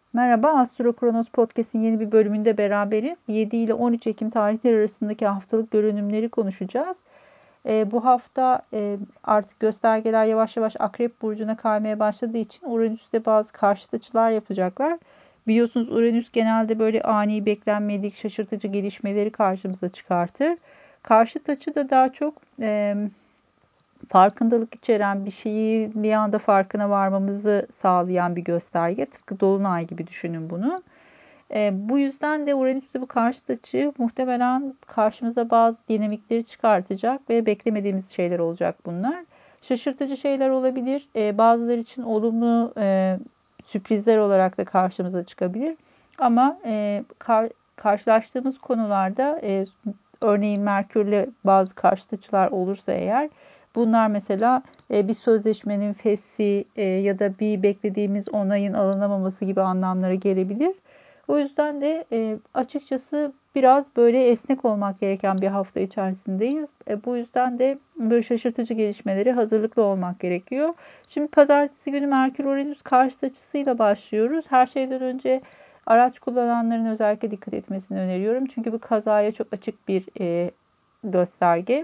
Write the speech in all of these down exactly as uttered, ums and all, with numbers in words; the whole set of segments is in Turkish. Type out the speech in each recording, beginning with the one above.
Merhaba, Astro Kronos Podcast'in yeni bir bölümünde beraberiz. yedi ile on üç Ekim tarihleri arasındaki haftalık görünümleri konuşacağız. E, bu hafta e, artık göstergeler yavaş yavaş Akrep Burcu'na kaymaya başladığı için Uranüs'te bazı karşıt açılar yapacaklar. Biliyorsunuz Uranüs genelde böyle ani, beklenmedik, şaşırtıcı gelişmeleri karşımıza çıkartır. Karşıt açı da daha çok e, farkındalık içeren bir şeyi bir anda farkına varmamızı sağlayan bir gösterge. Tıpkı dolunay gibi düşünün bunu. E, bu yüzden de Uranüs'te bu karşıt açı muhtemelen karşımıza bazı dinamikleri çıkartacak ve beklemediğimiz şeyler olacak bunlar. Şaşırtıcı şeyler olabilir. E, bazıları için olumlu e, sürprizler olarak da karşımıza çıkabilir. Ama e, kar, karşılaştığımız konularda e, örneğin Merkür'le bazı karşıt açılar olursa eğer bunlar mesela e, bir sözleşmenin feshi e, ya da bir beklediğimiz onayın alınamaması gibi anlamlara gelebilir. O yüzden de e, açıkçası biraz böyle esnek olmak gereken bir hafta içerisindeyiz. E, bu yüzden de böyle şaşırtıcı gelişmeleri hazırlıklı olmak gerekiyor. Şimdi pazartesi günü Merkür Uranüs karşıt açısıyla başlıyoruz. Her şeyden önce araç kullananların özellikle dikkat etmesini öneriyorum. Çünkü bu kazaya çok açık bir e, gösterge.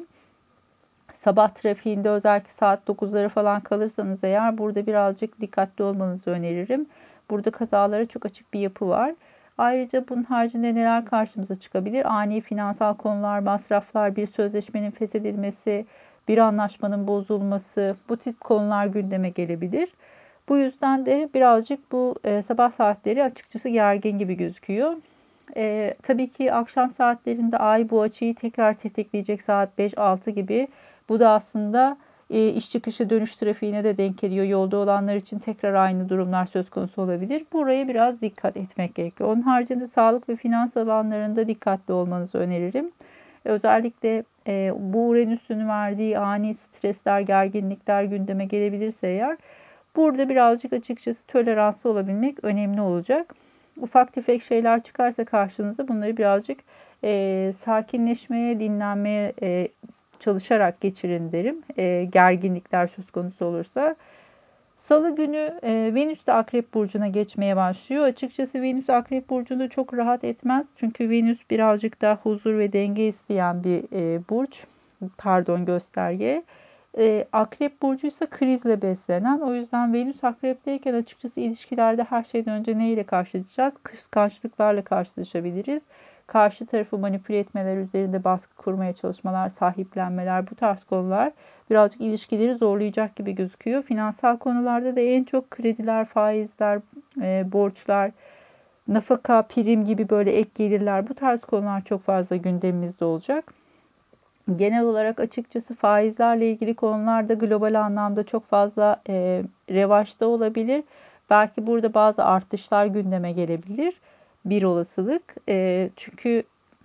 Sabah trafiğinde özellikle saat dokuzlara falan kalırsanız eğer burada birazcık dikkatli olmanızı öneririm. Burada kazalara çok açık bir yapı var. Ayrıca bunun haricinde neler karşımıza çıkabilir? Ani finansal konular, masraflar, bir sözleşmenin feshedilmesi, bir anlaşmanın bozulması, bu tip konular gündeme gelebilir. Bu yüzden de birazcık bu e, sabah saatleri açıkçası gergin gibi gözüküyor. E, tabii ki akşam saatlerinde ay bu açıyı tekrar tetikleyecek saat beş altı gibi. Bu da aslında e, iş çıkışı dönüş trafiğine de denk geliyor. Yolda olanlar için tekrar aynı durumlar söz konusu olabilir. Buraya biraz dikkat etmek gerekiyor. Onun haricinde sağlık ve finans alanlarında dikkatli olmanızı öneririm. Özellikle e, bu Uranüs'ün verdiği ani stresler, gerginlikler gündeme gelebilirse eğer burada birazcık açıkçası toleranslı olabilmek önemli olacak. Ufak tefek şeyler çıkarsa karşınıza bunları birazcık e, sakinleşmeye, dinlenmeye e, çalışarak geçirin derim. E, gerginlikler söz konusu olursa. Salı günü e, Venüs de Akrep Burcu'na geçmeye başlıyor. Açıkçası Venüs Akrep Burcu'nda çok rahat etmez. Çünkü Venüs birazcık daha huzur ve denge isteyen bir e, burç. Pardon gösterge. E, Akrep Burcu ise krizle beslenen. O yüzden Venüs Akrep'teyken açıkçası ilişkilerde her şeyden önce neyle karşılaşacağız? Kıskançlıklarla karşılaşabiliriz. Karşı tarafı manipüle etmeler, üzerinde baskı kurmaya çalışmalar, sahiplenmeler bu tarz konular birazcık ilişkileri zorlayacak gibi gözüküyor. Finansal konularda da en çok krediler, faizler, e, borçlar, nafaka, prim gibi böyle ek gelirler bu tarz konular çok fazla gündemimizde olacak. Genel olarak açıkçası faizlerle ilgili konularda global anlamda çok fazla e, revaçta olabilir. Belki burada bazı artışlar gündeme gelebilir. Bir olasılık. E, çünkü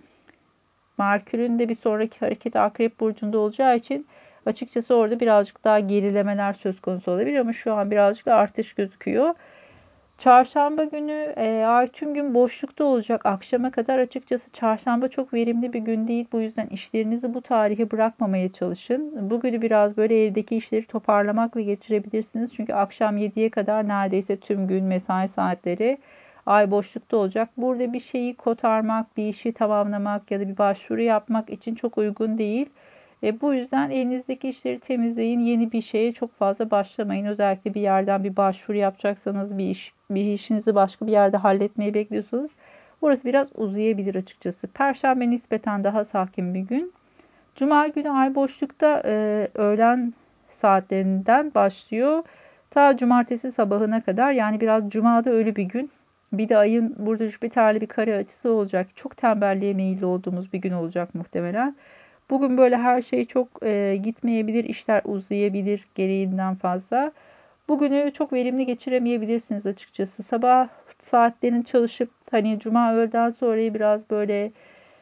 Merkür'ün de bir sonraki hareketi Akrep Burcu'nda olacağı için açıkçası orada birazcık daha gerilemeler söz konusu olabilir ama şu an birazcık da artış gözüküyor. Çarşamba günü e, ay tüm gün boşlukta olacak akşama kadar. Açıkçası çarşamba çok verimli bir gün değil. Bu yüzden işlerinizi bu tarihe bırakmamaya çalışın. Bugünü biraz böyle evdeki işleri toparlamakla geçirebilirsiniz. Çünkü akşam yediye kadar neredeyse tüm gün mesai saatleri ay boşlukta olacak. Burada bir şeyi kotarmak, bir işi tamamlamak ya da bir başvuru yapmak için çok uygun değil. E, bu yüzden elinizdeki işleri temizleyin. Yeni bir şeye çok fazla başlamayın. Özellikle bir yerden bir başvuru yapacaksanız, bir iş, bir işinizi başka bir yerde halletmeyi bekliyorsanız, burası biraz uzayabilir açıkçası. Perşembe nispeten daha sakin bir gün. Cuma günü ay boşlukta e, öğlen saatlerinden başlıyor. Ta cumartesi sabahına kadar, yani biraz cumada öyle bir gün. Bir de ayın burada Jüpiter'li bir kare açısı olacak. Çok tembelliğe meyilli olduğumuz bir gün olacak muhtemelen. Bugün böyle her şey çok e, gitmeyebilir, işler uzayabilir gereğinden fazla. Bugünü çok verimli geçiremeyebilirsiniz açıkçası. Sabah saatlerin çalışıp hani cuma öğleden sonrayı biraz böyle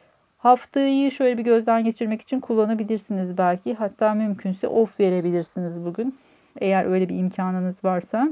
haftayı şöyle bir gözden geçirmek için kullanabilirsiniz belki. Hatta mümkünse off verebilirsiniz bugün. Eğer öyle bir imkanınız varsa.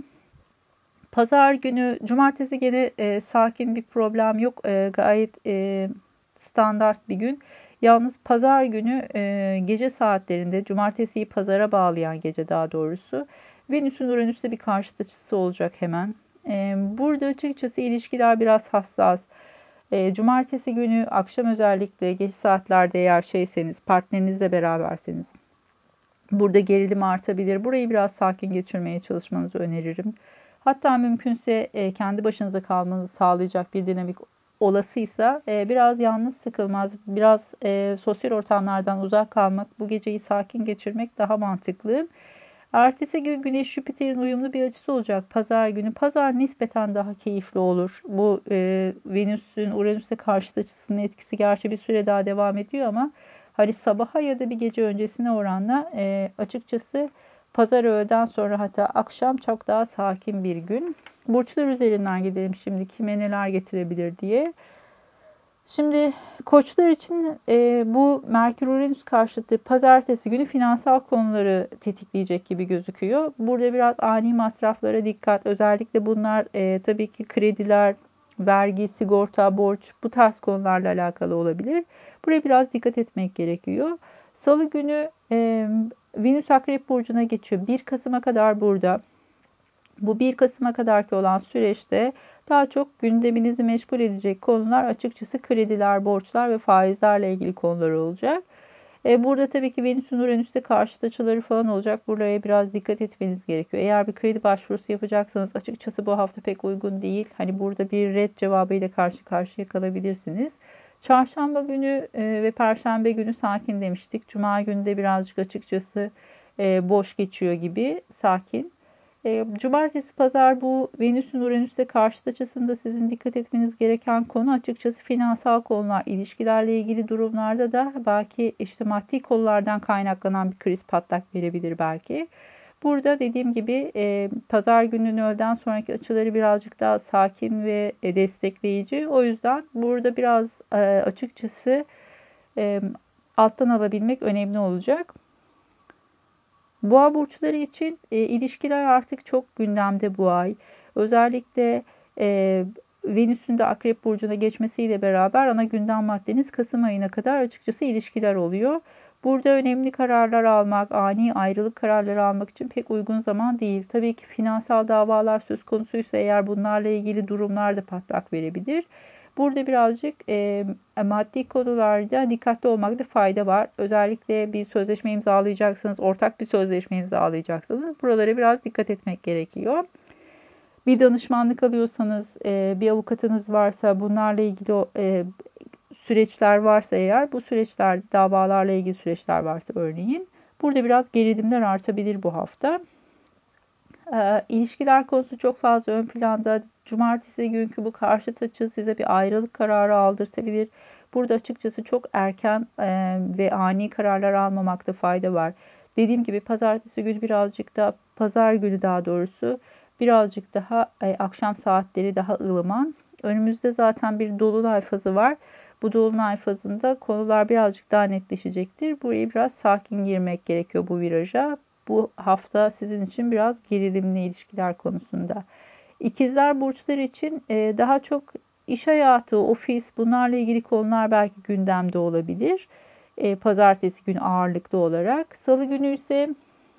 Pazar günü, cumartesi gene e, sakin bir problem yok. E, gayet e, standart bir gün. Yalnız pazar günü e, gece saatlerinde, cumartesiyi pazara bağlayan gece daha doğrusu, Venüs'ün Uranüs'te bir karşıt açısı olacak hemen. E, burada açıkçası ilişkiler biraz hassas. E, cumartesi günü akşam özellikle geç saatlerde eğer şeyseniz, partnerinizle beraberseniz burada gerilim artabilir. Burayı biraz sakin geçirmeye çalışmanızı öneririm. Hatta mümkünse e, kendi başınıza kalmanızı sağlayacak bir dinamik olasıysa e, biraz yalnız sıkılmaz, biraz e, sosyal ortamlardan uzak kalmak, bu geceyi sakin geçirmek daha mantıklı. Ertesi gün Güneş Jüpiter'in uyumlu bir açısı olacak. Pazar günü. Pazar nispeten daha keyifli olur. Bu e, Venüs'ün Uranüs'e karşıt açısının etkisi gerçi bir süre daha devam ediyor ama hani sabaha ya da bir gece öncesine oranla e, açıkçası pazar öğleden sonra hatta akşam çok daha sakin bir gün. Burçlar üzerinden gidelim şimdi kime neler getirebilir diye. Şimdi koçlar için e, bu Merkür-Uranüs karşıtı pazartesi günü finansal konuları tetikleyecek gibi gözüküyor. Burada biraz ani masraflara dikkat. Özellikle bunlar e, tabii ki krediler, vergi, sigorta, borç bu tarz konularla alakalı olabilir. Buraya biraz dikkat etmek gerekiyor. Salı günü e, Venüs Akrep Burcu'na geçiyor. bir Kasım'a kadar burada. Bu bir Kasım'a kadarki olan süreçte daha çok gündeminizi meşgul edecek konular açıkçası krediler, borçlar ve faizlerle ilgili konular olacak. E, burada tabii ki Venüs'ün Uranüs'te karşıt açıları falan olacak. Buraya biraz dikkat etmeniz gerekiyor. Eğer bir kredi başvurusu yapacaksanız açıkçası bu hafta pek uygun değil. Hani burada bir red cevabıyla karşı karşıya kalabilirsiniz. Çarşamba günü e, ve Perşembe günü sakin demiştik. Cuma günü de birazcık açıkçası e, boş geçiyor gibi sakin. E, Cumartesi, pazar bu Venüs'ün Uranüs'te karşıt açısında sizin dikkat etmeniz gereken konu açıkçası finansal konular, ilişkilerle ilgili durumlarda da belki işte maddi konulardan kaynaklanan bir kriz patlak verebilir belki. Burada dediğim gibi e, pazar gününün öğleden sonraki açıları birazcık daha sakin ve e, destekleyici. O yüzden burada biraz e, açıkçası e, alttan alabilmek önemli olacak. Boğa burçları için e, ilişkiler artık çok gündemde bu ay. Özellikle e, Venüs'ün de Akrep Burcu'na geçmesiyle beraber ana gündem maddeniz Kasım ayına kadar açıkçası ilişkiler oluyor. Burada önemli kararlar almak, ani ayrılık kararları almak için pek uygun zaman değil. Tabii ki finansal davalar söz konusuysa eğer bunlarla ilgili durumlar da patlak verebilir. Burada birazcık e, maddi konularda dikkatli olmakta fayda var. Özellikle bir sözleşme imzalayacaksanız, ortak bir sözleşme imzalayacaksanız buralara biraz dikkat etmek gerekiyor. Bir danışmanlık alıyorsanız, e, bir avukatınız varsa, bunlarla ilgili e, süreçler varsa eğer, bu süreçler, davalarla ilgili süreçler varsa örneğin, burada biraz gerilimler artabilir bu hafta. E, ilişkiler konusu çok fazla ön planda. Cumartesi günkü bu karşıt açı size bir ayrılık kararı aldırtabilir. Burada açıkçası çok erken e, ve ani kararlar almamakta fayda var. Dediğim gibi pazartesi günü birazcık da, pazar günü daha doğrusu birazcık daha e, akşam saatleri daha ılıman. Önümüzde zaten bir dolunay fazı var. Bu dolunay fazında konular birazcık daha netleşecektir. Buraya biraz sakin girmek gerekiyor bu viraja. Bu hafta sizin için biraz gerilimli ilişkiler konusunda. İkizler burçları için e, daha çok iş hayatı, ofis bunlarla ilgili konular belki gündemde olabilir. E, pazartesi günü ağırlıklı olarak. Salı günü ise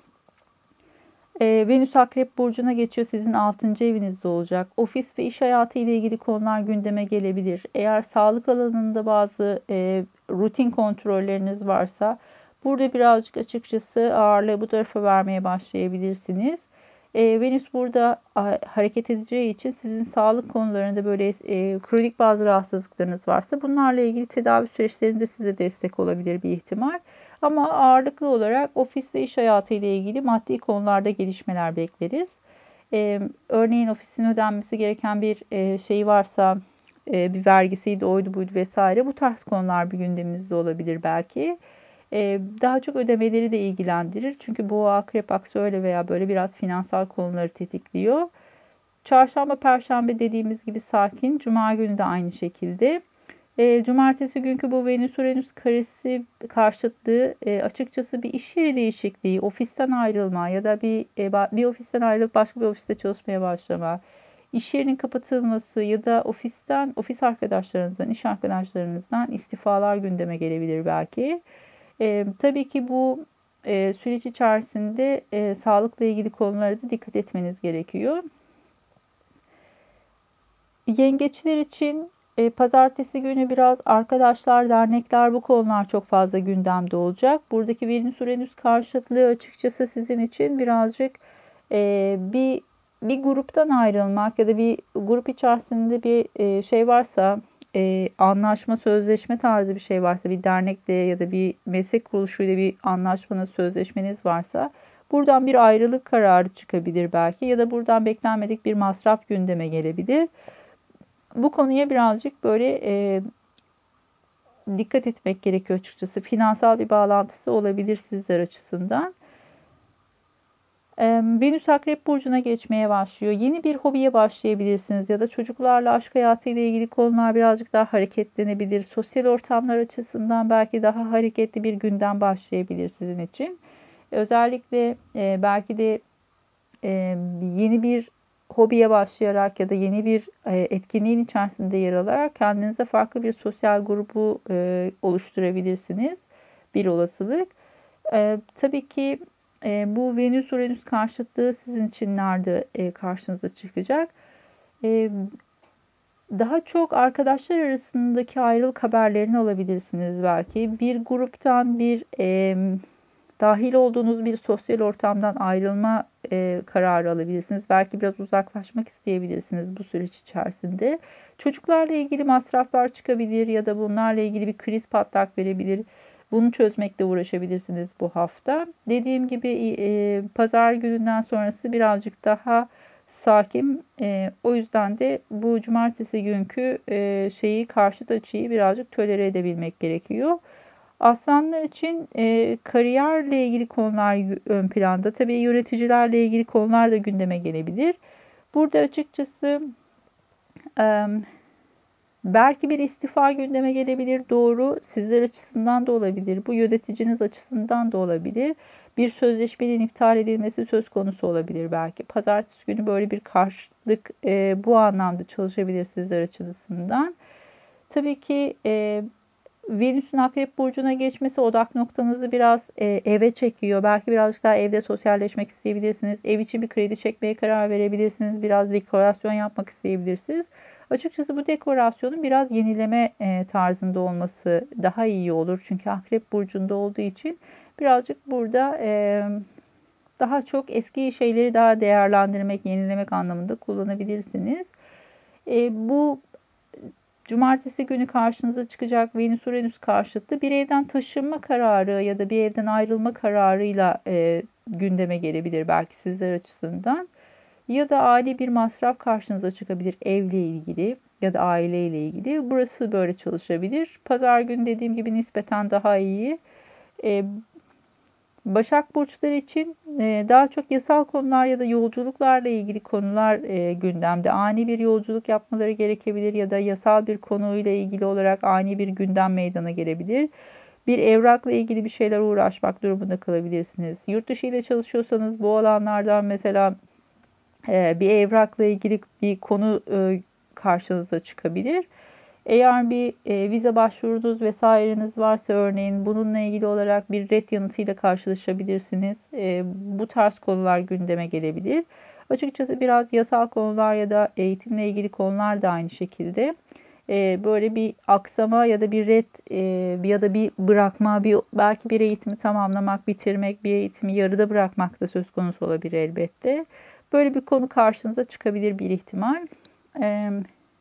e, Venüs Akrep Burcu'na geçiyor. Sizin altıncı evinizde olacak. Ofis ve iş hayatı ile ilgili konular gündeme gelebilir. Eğer sağlık alanında bazı e, rutin kontrolleriniz varsa burada birazcık açıkçası ağırlığı bu tarafa vermeye başlayabilirsiniz. E, Venüs burada a, hareket edeceği için sizin sağlık konularında böyle e, kronik bazı rahatsızlıklarınız varsa bunlarla ilgili tedavi süreçlerinde size destek olabilir bir ihtimal. Ama ağırlıklı olarak ofis ve iş hayatı ile ilgili maddi konularda gelişmeler bekleriz. Ee, örneğin ofisin ödenmesi gereken bir e, şey varsa, e, bir vergisiydi, oydu buydu vesaire. Bu tarz konular bir gündemimizde olabilir belki. Ee, daha çok ödemeleri de ilgilendirir. Çünkü boğa, akrep aksı öyle veya böyle biraz finansal konuları tetikliyor. Çarşamba, perşembe dediğimiz gibi sakin. Cuma günü de aynı şekilde. E, cumartesi günkü bu Venüs-Uranüs karesi karşıtlığı e, açıkçası bir iş yeri değişikliği, ofisten ayrılma ya da bir e, bir ofisten ayrılıp başka bir ofiste çalışmaya başlama, iş yerinin kapatılması ya da ofisten ofis arkadaşlarınızdan, iş arkadaşlarınızdan istifalar gündeme gelebilir belki. E, tabii ki bu e, süreç içerisinde e, sağlıkla ilgili konulara da dikkat etmeniz gerekiyor. Yengeçler için e, pazartesi günü biraz arkadaşlar, dernekler, bu konular çok fazla gündemde olacak. Buradaki Venüs-Uranüs karşıtlığı açıkçası sizin için birazcık e, bir bir gruptan ayrılmak ya da bir grup içerisinde bir e, şey varsa, e, anlaşma, sözleşme tarzı bir şey varsa, bir dernekle ya da bir meslek kuruluşuyla bir anlaşmanız, sözleşmeniz varsa buradan bir ayrılık kararı çıkabilir belki ya da buradan beklenmedik bir masraf gündeme gelebilir. Bu konuya birazcık böyle e, dikkat etmek gerekiyor açıkçası. Finansal bir bağlantısı olabilir sizler açısından. E, Venüs Akrep Burcu'na geçmeye başlıyor. Yeni bir hobiye başlayabilirsiniz ya da çocuklarla aşk hayatıyla ilgili konular birazcık daha hareketlenebilir. Sosyal ortamlar açısından belki daha hareketli bir gündem başlayabilir sizin için. Özellikle e, belki de e, yeni bir hobiye başlayarak ya da yeni bir e, etkinliğin içerisinde yer alarak kendinize farklı bir sosyal grubu e, oluşturabilirsiniz. Bir olasılık. E, tabii ki e, bu Venüs-Uranüs karşıtlığı sizin için nerede e, karşınıza çıkacak? E, Daha çok arkadaşlar arasındaki ayrılık haberlerini alabilirsiniz belki. Bir gruptan bir e, dahil olduğunuz bir sosyal ortamdan ayrılma e, kararı alabilirsiniz. Belki biraz uzaklaşmak isteyebilirsiniz bu süreç içerisinde. Çocuklarla ilgili masraflar çıkabilir ya da bunlarla ilgili bir kriz patlak verebilir. Bunu çözmekle uğraşabilirsiniz bu hafta. Dediğim gibi e, pazar gününden sonrası birazcık daha sakin. E, o yüzden de bu cumartesi günkü e, şeyi, karşıt açıyı birazcık tolere edebilmek gerekiyor. Aslanlar için e, kariyerle ilgili konular ön planda. Tabii yöneticilerle ilgili konular da gündeme gelebilir. Burada açıkçası e, belki bir istifa gündeme gelebilir. Doğru. Sizler açısından da olabilir. Bu yöneticiniz açısından da olabilir. Bir sözleşmenin iptal edilmesi söz konusu olabilir belki. Pazartesi günü böyle bir karşılık e, bu anlamda çalışabilir sizler açısından. Tabii ki e, Venüs'ün Akrep Burcu'na geçmesi odak noktanızı biraz e, eve çekiyor. Belki birazcık daha evde sosyalleşmek isteyebilirsiniz. Ev için bir kredi çekmeye karar verebilirsiniz. Biraz dekorasyon yapmak isteyebilirsiniz. Açıkçası bu dekorasyonun biraz yenileme e, tarzında olması daha iyi olur. Çünkü Akrep Burcu'nda olduğu için birazcık burada e, daha çok eski şeyleri daha değerlendirmek, yenilemek anlamında kullanabilirsiniz. E, bu Cumartesi günü karşınıza çıkacak Venüs-Uranüs karşıtı bir evden taşınma kararı ya da bir evden ayrılma kararıyla e, gündeme gelebilir belki sizler açısından. Ya da aile bir masraf karşınıza çıkabilir evle ilgili ya da aileyle ilgili. Burası böyle çalışabilir. Pazar günü dediğim gibi nispeten daha iyi. E, Başak burçları için e, daha çok yasal konular ya da yolculuklarla ilgili konular e, gündemde. Ani bir yolculuk yapmaları gerekebilir ya da yasal bir konuyla ilgili olarak ani bir gündem meydana gelebilir. Bir evrakla ilgili bir şeyler uğraşmak durumunda kalabilirsiniz. Yurt dışı ile çalışıyorsanız bu alanlardan mesela e, bir evrakla ilgili bir konu e, karşınıza çıkabilir. Eğer bir e, vize başvurunuz vesaireniz varsa örneğin bununla ilgili olarak bir ret yanıtıyla karşılaşabilirsiniz. E, bu tarz konular gündeme gelebilir. Açıkçası biraz yasal konular ya da eğitimle ilgili konular da aynı şekilde. E, böyle bir aksama ya da bir ret e, ya da bir bırakma, bir belki bir eğitimi tamamlamak, bitirmek, bir eğitimi yarıda bırakmak da söz konusu olabilir elbette. Böyle bir konu karşınıza çıkabilir bir ihtimal. E,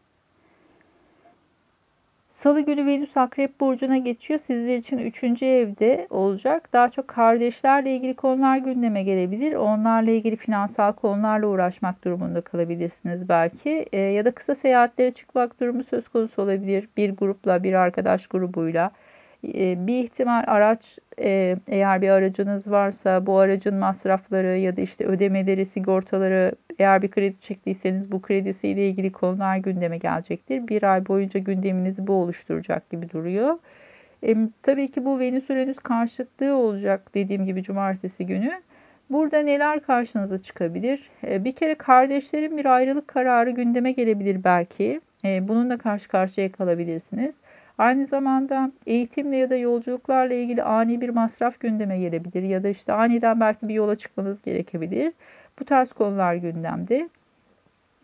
Salı günü Venüs Akrep Burcu'na geçiyor. Sizler için üçüncü evde olacak. Daha çok kardeşlerle ilgili konular gündeme gelebilir. Onlarla ilgili finansal konularla uğraşmak durumunda kalabilirsiniz belki. E, ya da kısa seyahatlere çıkmak durumu söz konusu olabilir. Bir grupla, bir arkadaş grubuyla. E, bir ihtimal araç, e, eğer bir aracınız varsa bu aracın masrafları ya da işte ödemeleri, sigortaları, eğer bir kredi çektiyseniz bu kredisiyle ilgili konular gündeme gelecektir. Bir ay boyunca gündeminizi bu oluşturacak gibi duruyor. E, tabii ki bu Venüs-Uranüs karşıtlığı olacak dediğim gibi cumartesi günü. Burada neler karşınıza çıkabilir? E, bir kere kardeşlerin bir ayrılık kararı gündeme gelebilir belki. E, bununla karşı karşıya kalabilirsiniz. Aynı zamanda eğitimle ya da yolculuklarla ilgili ani bir masraf gündeme gelebilir ya da işte aniden belki bir yola çıkmanız gerekebilir. Bu tarz konular gündemde.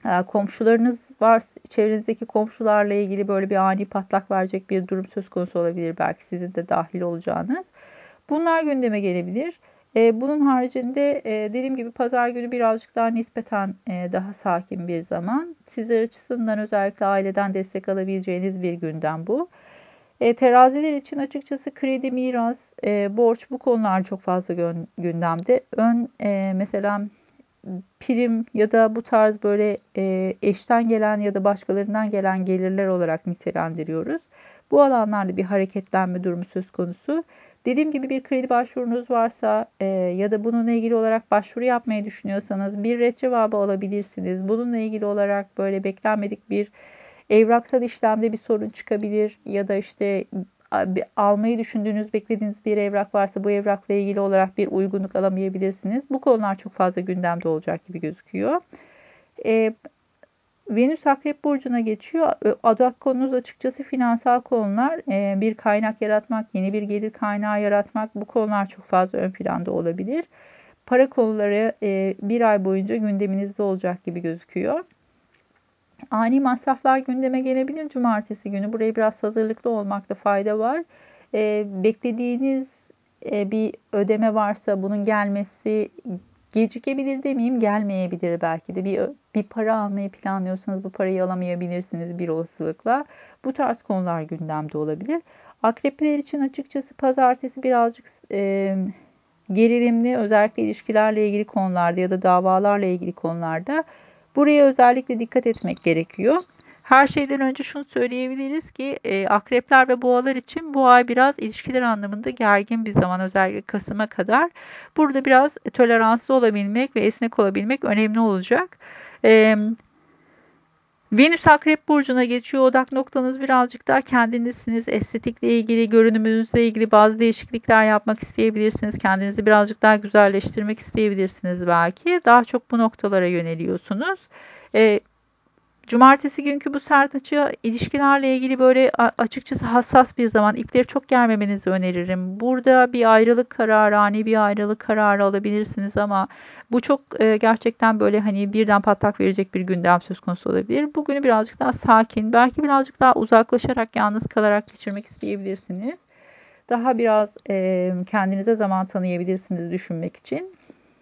Komşularınız var, çevrenizdeki komşularla ilgili böyle bir ani patlak verecek bir durum söz konusu olabilir. Belki sizin de dahil olacağınız. Bunlar gündeme gelebilir. Bunun haricinde dediğim gibi pazar günü birazcık daha nispeten daha sakin bir zaman. Sizler açısından özellikle aileden destek alabileceğiniz bir gündem bu. Teraziler için açıkçası kredi, miras, borç bu konular çok fazla gündemde. Ön mesela prim ya da bu tarz böyle eşten gelen ya da başkalarından gelen gelirler olarak nitelendiriyoruz. Bu alanlarda bir hareketlenme durumu söz konusu. Dediğim gibi bir kredi başvurunuz varsa e, ya da bununla ilgili olarak başvuru yapmayı düşünüyorsanız bir ret cevabı alabilirsiniz. Bununla ilgili olarak böyle beklenmedik bir evraksal işlemde bir sorun çıkabilir ya da işte almayı düşündüğünüz, beklediğiniz bir evrak varsa bu evrakla ilgili olarak bir uygunluk alamayabilirsiniz. Bu konular çok fazla gündemde olacak gibi gözüküyor. E, Venüs Akrep Burcu'na geçiyor. Odak konunuz açıkçası finansal konular. Bir kaynak yaratmak, yeni bir gelir kaynağı yaratmak bu konular çok fazla ön planda olabilir. Para konuları bir ay boyunca gündeminizde olacak gibi gözüküyor. Ani masraflar gündeme gelebilir cumartesi günü. Buraya biraz hazırlıklı olmakta fayda var. Beklediğiniz bir ödeme varsa bunun gelmesi gecikebilir demeyeyim, gelmeyebilir belki de. Bir, bir para almayı planlıyorsanız bu parayı alamayabilirsiniz bir olasılıkla. Bu tarz konular gündemde olabilir. Akrepler için açıkçası pazartesi birazcık e, gerilimli, özellikle ilişkilerle ilgili konularda ya da davalarla ilgili konularda. Buraya özellikle dikkat etmek gerekiyor. Her şeyden önce şunu söyleyebiliriz ki e, akrepler ve boğalar için bu ay biraz ilişkiler anlamında gergin bir zaman, özellikle Kasım'a kadar. Burada biraz toleranslı olabilmek ve esnek olabilmek önemli olacak. E, Venüs Akrep Burcu'na geçiyor. Odak noktanız birazcık daha kendinizsiniz. Estetikle ilgili, görünümünüzle ilgili bazı değişiklikler yapmak isteyebilirsiniz. Kendinizi birazcık daha güzelleştirmek isteyebilirsiniz belki. Daha çok bu noktalara yöneliyorsunuz. E, Cumartesi günkü bu sert açı ilişkilerle ilgili böyle açıkçası hassas bir zaman. İpleri çok germemenizi öneririm. Burada bir ayrılık kararı, ani bir ayrılık kararı alabilirsiniz ama bu çok e, gerçekten böyle hani birden patlak verecek bir gündem söz konusu olabilir. Bugünü birazcık daha sakin, belki birazcık daha uzaklaşarak, yalnız kalarak geçirmek isteyebilirsiniz. Daha biraz e, kendinize zaman tanıyabilirsiniz düşünmek için.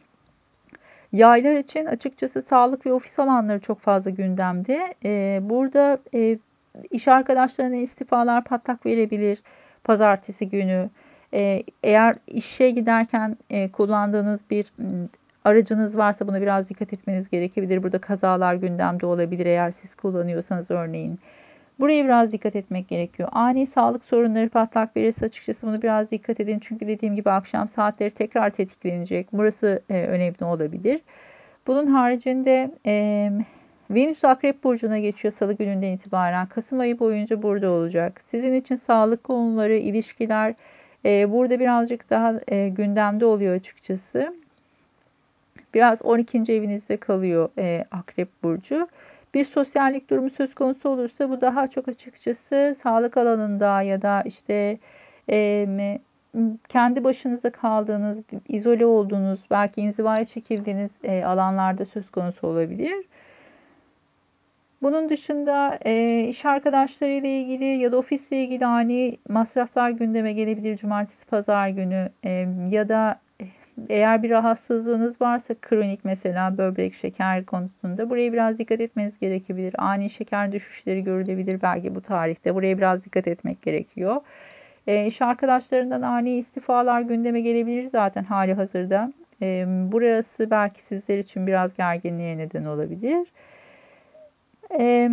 Yaylar için açıkçası sağlık ve ofis alanları çok fazla gündemde. Ee, burada e, iş arkadaşlarına istifalar patlak verebilir pazartesi günü. Ee, eğer işe giderken e, kullandığınız bir m, aracınız varsa buna biraz dikkat etmeniz gerekebilir. Burada kazalar gündemde olabilir eğer siz kullanıyorsanız örneğin. Buraya biraz dikkat etmek gerekiyor. Ani sağlık sorunları patlak verirse açıkçası bunu biraz dikkat edin. Çünkü dediğim gibi akşam saatleri tekrar tetiklenecek. Burası e, önemli olabilir. Bunun haricinde e, Venüs Akrep Burcu'na geçiyor Salı gününden itibaren. Kasım ayı boyunca burada olacak. Sizin için sağlık konuları, ilişkiler e, burada birazcık daha e, gündemde oluyor açıkçası. Biraz on ikinci evinizde kalıyor e, Akrep Burcu. Bir sosyallik durumu söz konusu olursa bu daha çok açıkçası sağlık alanında ya da işte e, kendi başınıza kaldığınız, izole olduğunuz, belki inzivaya çekildiğiniz e, alanlarda söz konusu olabilir. Bunun dışında e, iş arkadaşlarıyla ilgili ya da ofisle ilgili ani masraflar gündeme gelebilir cumartesi pazar günü e, ya da eğer bir rahatsızlığınız varsa kronik mesela böbrek şeker konusunda buraya biraz dikkat etmeniz gerekebilir. Ani şeker düşüşleri görülebilir belki bu tarihte. Buraya biraz dikkat etmek gerekiyor. E, iş arkadaşlarından ani istifalar gündeme gelebilir zaten hali hazırda. E, burası belki sizler için biraz gerginliğe neden olabilir. E,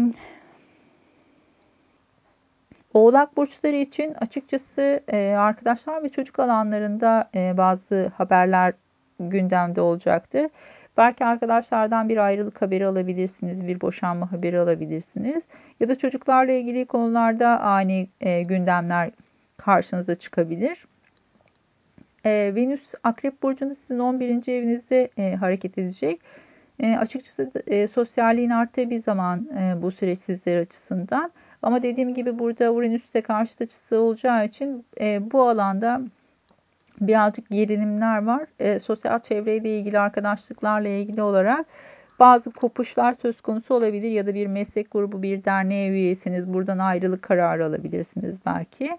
Oğlak burçları için açıkçası e, arkadaşlar ve çocuk alanlarında e, bazı haberler gündemde olacaktır. Belki arkadaşlardan bir ayrılık haberi alabilirsiniz, bir boşanma haberi alabilirsiniz. Ya da çocuklarla ilgili konularda ani e, gündemler karşınıza çıkabilir. E, Venüs Akrep Burcu'nda sizin on birinci evinizde e, hareket edecek. E, açıkçası e, sosyalliğin arttığı bir zaman e, bu süreç sizler açısından. Ama dediğim gibi burada Uranüs'te karşıt açısı olacağı için e, bu alanda birazcık gerilimler var. E, sosyal çevreyle ilgili, arkadaşlıklarla ilgili olarak bazı kopuşlar söz konusu olabilir ya da bir meslek grubu, bir derneğe üyesiniz. Buradan ayrılık kararı alabilirsiniz belki.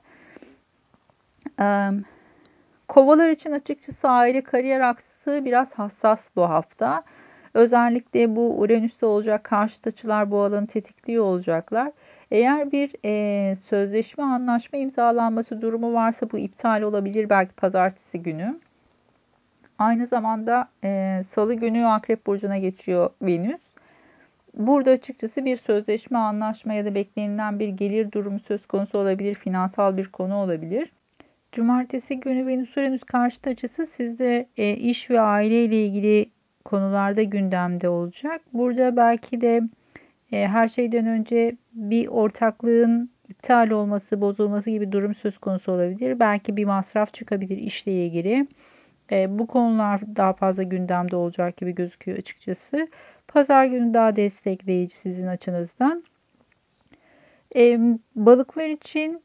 Kovalar için açıkçası aile kariyer aksı biraz hassas bu hafta. Özellikle bu Uranüs'te olacak karşıt açılar bu alanı tetikliyor olacaklar. Eğer bir e, sözleşme, anlaşma imzalanması durumu varsa bu iptal olabilir belki pazartesi günü. Aynı zamanda e, salı günü Akrep Burcu'na geçiyor Venüs. Burada açıkçası bir sözleşme, anlaşma ya da beklenilen bir gelir durumu söz konusu olabilir, finansal bir konu olabilir. Cumartesi günü Venüs-Uranüs karşıt açısı sizde e, iş ve aile ile ilgili konularda gündemde olacak. Burada belki de e, her şeyden önce bir ortaklığın iptal olması, bozulması gibi durum söz konusu olabilir. Belki bir masraf çıkabilir işle ilgili. E, bu konular daha fazla gündemde olacak gibi gözüküyor açıkçası. Pazar günü daha destekleyici sizin açınızdan. E, balıklar için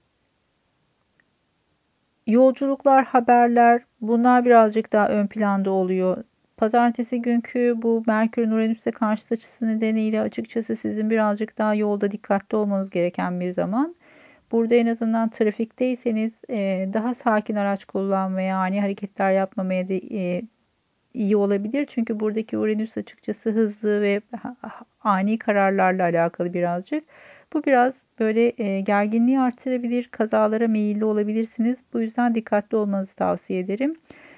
yolculuklar, haberler bunlar birazcık daha ön planda oluyor. Pazartesi günkü bu Merkür'ün Uranüs'e karşıt açısı nedeniyle açıkçası sizin birazcık daha yolda dikkatli olmanız gereken bir zaman. Burada en azından trafikteyseniz daha sakin araç kullanmaya, ani hareketler yapmamaya da iyi olabilir. Çünkü buradaki Uranüs açıkçası hızlı ve ani kararlarla alakalı birazcık. Bu biraz böyle e, gerginliği artırabilir, kazalara meyilli olabilirsiniz. Bu yüzden dikkatli olmanızı tavsiye ederim.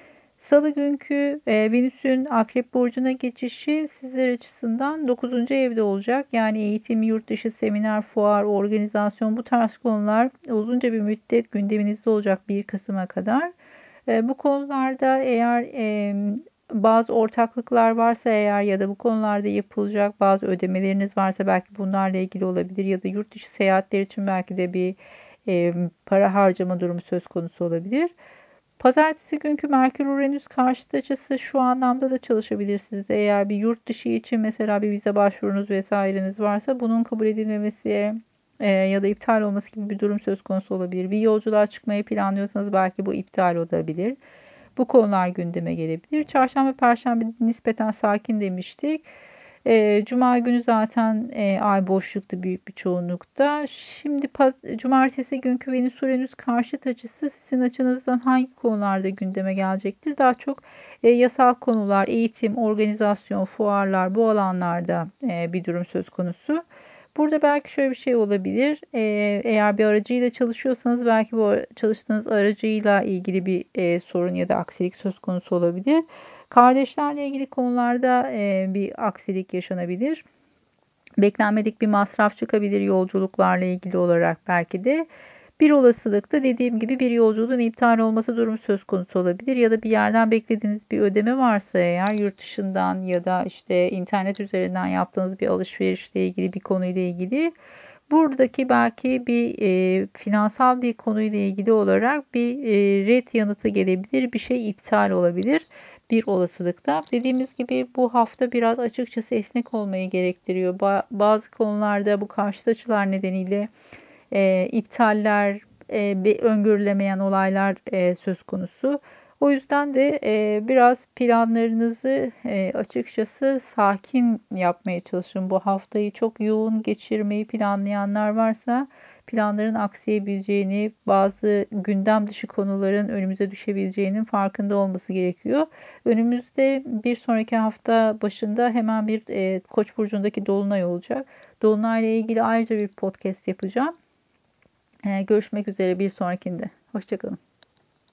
Salı günkü e, Venüs'ün Akrep Burcu'na geçişi sizler açısından dokuzuncu evde olacak. Yani eğitim, yurt dışı, seminer, fuar, organizasyon bu tarz konular uzunca bir müddet gündeminizde olacak bir Kasım'a kadar. E, bu konularda eğer e, bazı ortaklıklar varsa eğer ya da bu konularda yapılacak bazı ödemeleriniz varsa belki bunlarla ilgili olabilir ya da yurt dışı seyahatler için belki de bir e, para harcama durumu söz konusu olabilir. Pazartesi günkü Merkür-Uranüs karşıt açısı şu anlamda da çalışabilirsiniz. Eğer bir yurt dışı için mesela bir vize başvurunuz vesaireniz varsa bunun kabul edilmemesi e, ya da iptal olması gibi bir durum söz konusu olabilir. Bir yolculuğa çıkmayı planlıyorsanız belki bu iptal olabilir. Bu konular gündeme gelebilir. Çarşamba, Perşembe nispeten sakin demiştik. E, Cuma günü zaten e, ay boşlukta büyük bir çoğunlukta. Şimdi paz- Cumartesi günkü Venüs-Uranüs karşıt açısı sizin açınızdan hangi konularda gündeme gelecektir? Daha çok e, yasal konular, eğitim, organizasyon, fuarlar bu alanlarda e, bir durum söz konusu. Burada belki şöyle bir şey olabilir. Ee, eğer bir aracıyla çalışıyorsanız belki bu çalıştığınız aracıyla ilgili bir e, sorun ya da aksilik söz konusu olabilir. Kardeşlerle ilgili konularda e, bir aksilik yaşanabilir. Beklenmedik bir masraf çıkabilir yolculuklarla ilgili olarak belki de. Bir olasılıkta dediğim gibi bir yolculuğun iptal olması durumu söz konusu olabilir ya da bir yerden beklediğiniz bir ödeme varsa eğer yurt dışından ya da işte internet üzerinden yaptığınız bir alışverişle ilgili bir konuyla ilgili buradaki belki bir e, finansal bir konuyla ilgili olarak bir e, red yanıtı gelebilir, bir şey iptal olabilir bir olasılıkta. Dediğimiz gibi bu hafta biraz açıkçası esnek olmayı gerektiriyor. Ba- bazı konularda bu karşıt açılar nedeniyle e, iptaller, e, bir öngörülemeyen olaylar e, söz konusu. O yüzden de e, biraz planlarınızı e, açıkçası sakin yapmaya çalışın. Bu haftayı çok yoğun geçirmeyi planlayanlar varsa planların aksayabileceğini, bazı gündem dışı konuların önümüze düşebileceğinin farkında olması gerekiyor. Önümüzde bir sonraki hafta başında hemen bir e, Koç burcundaki dolunay olacak. Dolunayla ilgili ayrıca bir podcast yapacağım. Ee, görüşmek üzere bir sonrakinde. Hoşça kalın.